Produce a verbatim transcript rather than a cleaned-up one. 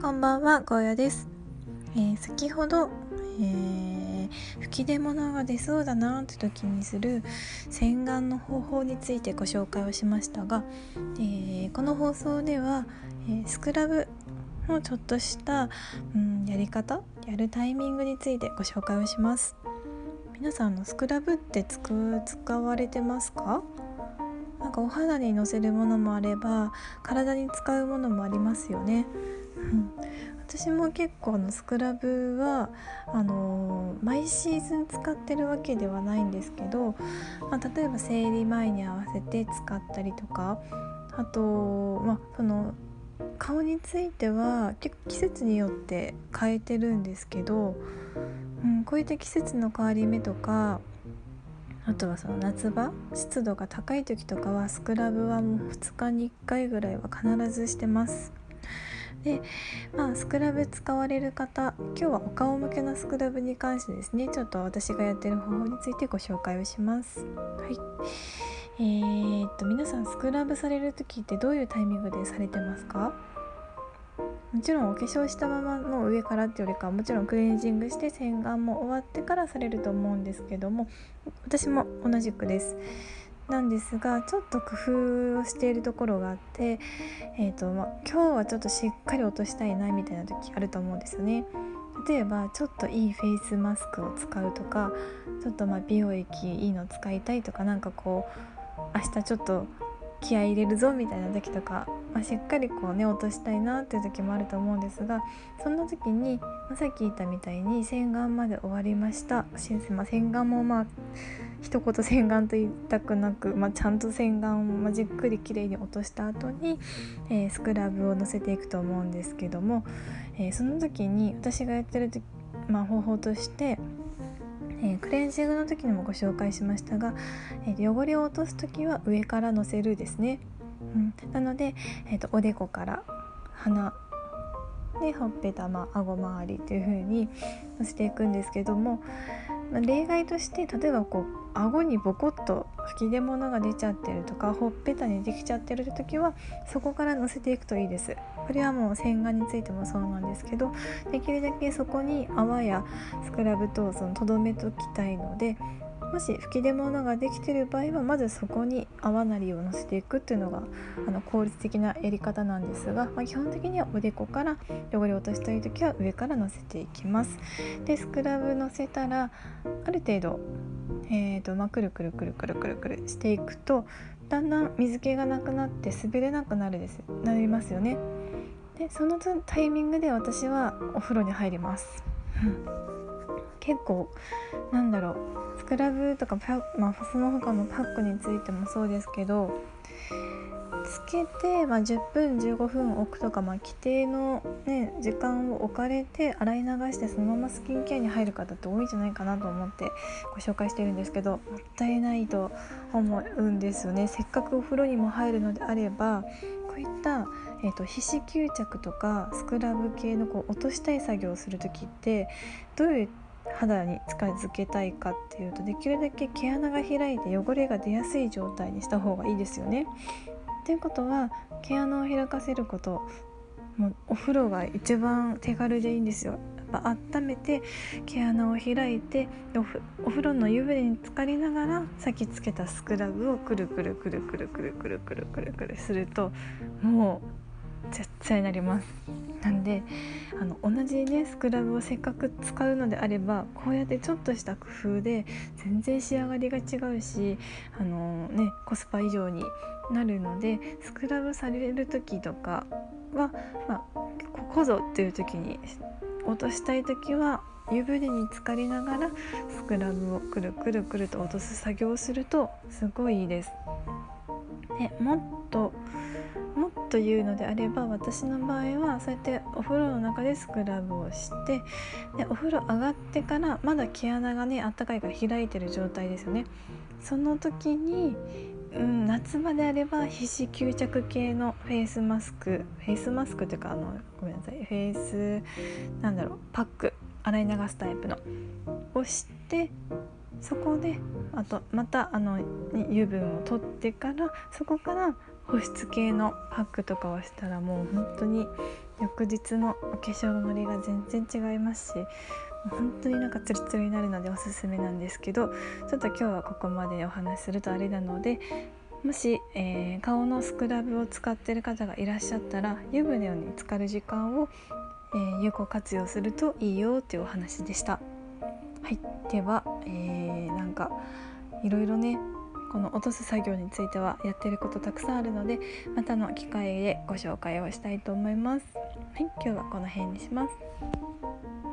こんばんは、ゴーヤです。えー、先ほど、えー、吹き出物が出そうだなって時にする洗顔の方法についてご紹介をしましたが、えー、この放送では、えー、スクラブのちょっとした、うん、やり方、やるタイミングについてご紹介をします。皆さんのスクラブってつく使われてますか？なんかお肌にのせるものもあれば体に使うものもありますよね。うん、私も結構のスクラブはあのー、毎シーズン使ってるわけではないんですけど、まあ、例えば生理前に合わせて使ったりとか、あと、まあ、その顔については結構季節によって変えてるんですけど、うん、こういった季節の変わり目とか、あとはその夏場湿度が高い時とかはスクラブはもうふつかにいっかいぐらいは必ずしてます。で、まあ、スクラブ使われる方、今日はお顔向けのスクラブに関してですね、ちょっと私がやってる方法についてご紹介をします。はい。えー、っと皆さんスクラブされる時ってどういうタイミングでされてますか？もちろんお化粧したままの上からっていうよりかはもちろんクレンジングして洗顔も終わってからされると思うんですけども、私も同じくです。なんですが、ちょっと工夫をしているところがあって、えーとまあ、今日はちょっとしっかり落としたいなみたいな時あると思うんですよね。例えばちょっといいフェイスマスクを使うとか、ちょっとまあ美容液いいの使いたいとか、なんかこう明日ちょっと気合い入れるぞみたいな時とか、まあ、しっかりこうね落としたいなっていう時もあると思うんですが、そんな時に、まあ、さっき言ったみたいに洗顔まで終わりました。まあ、洗顔もまあ一言洗顔と言いたくなく、まあ、ちゃんと洗顔を、まあ、じっくりきれいに落とした後に、えー、スクラブをのせていくと思うんですけども、えー、その時に私がやってる時、まあ、方法としてえー、クレンジングの時にもご紹介しましたが、えー、汚れを落とす時は上からのせるですね。うん、なので、えーと、おでこから鼻でほっぺた、まあ、顎周りという風にのせていくんですけども、まあ、例外として例えばこう顎にボコッと吹き出物が出ちゃってるとか、ほっぺたにできちゃってる時はそこからのせていくといいです。これはもう洗顔についてもそうなんですけど、できるだけそこに泡やスクラブとそのとどめときたいので、もし吹き出物ができている場合はまずそこに泡なりをのせていくっていうのがあの効率的なやり方なんですが、まあ、基本的にはおでこから汚れを落としたい時は上からのせていきます。でスクラブのせたらある程度、えーとまあ、くるくるくるくるくるくるしていくとだんだん水気がなくなって滑れなくなるですなりますよね。でそのタイミングで私はお風呂に入ります。結構なんだろう、スクラブとかパ、まあ、その他のパックについてもそうですけど、つけて、まあ、じゅっぷんじゅうごふん置くとか、まあ、規定の、ね、時間を置かれて洗い流してそのままスキンケアに入る方って多いんじゃないかなと思ってご紹介してるんですけど、もったいないと思うんですよね。せっかくお風呂にも入るのであればこういった、えーと、皮脂吸着とかスクラブ系のこう落としたい作業をするときってどういう肌に近づけたいかっていうと、できるだけ毛穴が開いて汚れが出やすい状態にした方がいいですよね。ということは毛穴を開かせること、もうお風呂が一番手軽でいいんですよ。やっぱ温めて毛穴を開いて お, お風呂の湯船に浸かりながらさっきつけたスクラブをくるくるくるくるくるくるくるくるくるするともう絶対になります。なんであの同じねスクラブをせっかく使うのであればこうやってちょっとした工夫で全然仕上がりが違うし、あのねコスパ以上になるので、スクラブされる時とかは、まあ、ここぞっていう時に落としたい時は湯船に浸かりながらスクラブをくるくるくると落とす作業をするとすごいいいです。でもっともっと言うのであれば、私の場合はそうやってお風呂の中でスクラブをして、でお風呂上がってからまだ毛穴がねあったかいから開いてる状態ですよね。その時に、うん、夏場であれば皮脂吸着系のフェイスマスクフェイスマスクというかあのごめんなさいフェイスなんだろうパック洗い流すタイプのをして、そこであとまたあの油分を取ってからそこから保湿系のパックとかをしたらもう本当に翌日のお化粧のりが全然違いますし、本当になんかツルツルになるのでおすすめなんですけど、ちょっと今日はここまでお話しするとあれなので、もし、えー、顔のスクラブを使っている方がいらっしゃったら、湯船に浸かる時間を、えー、有効活用するといいよっていうお話でした。はい、では、えー、なんかいろいろね、この落とす作業についてはやってることたくさんあるので、またの機会でご紹介をしたいと思います。はい、今日はこの辺にします。